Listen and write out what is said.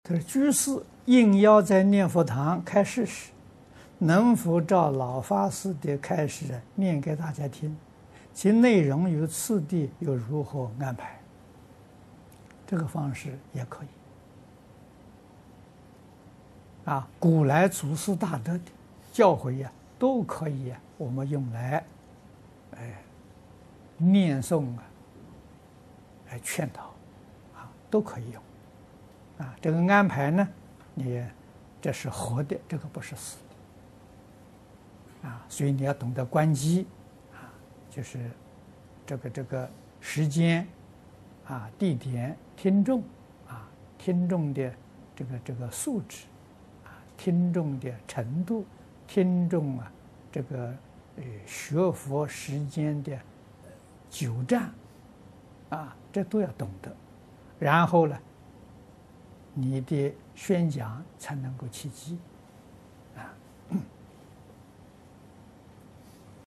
他说：“居士应邀在念佛堂开示时，能否照老法师的开示念给大家听？其内容与次第又如何安排？”这个方式也可以。古来祖师大德的教诲都可以我们用来，念诵来劝导，都可以用。这个安排呢，这是合的，这个不是死的。所以你要懂得关机，就是这个时间，地点、听众，听众的这个素质，听众的程度，听众这个学佛时间的久占，这都要懂得。然后呢，你的宣讲才能够契机，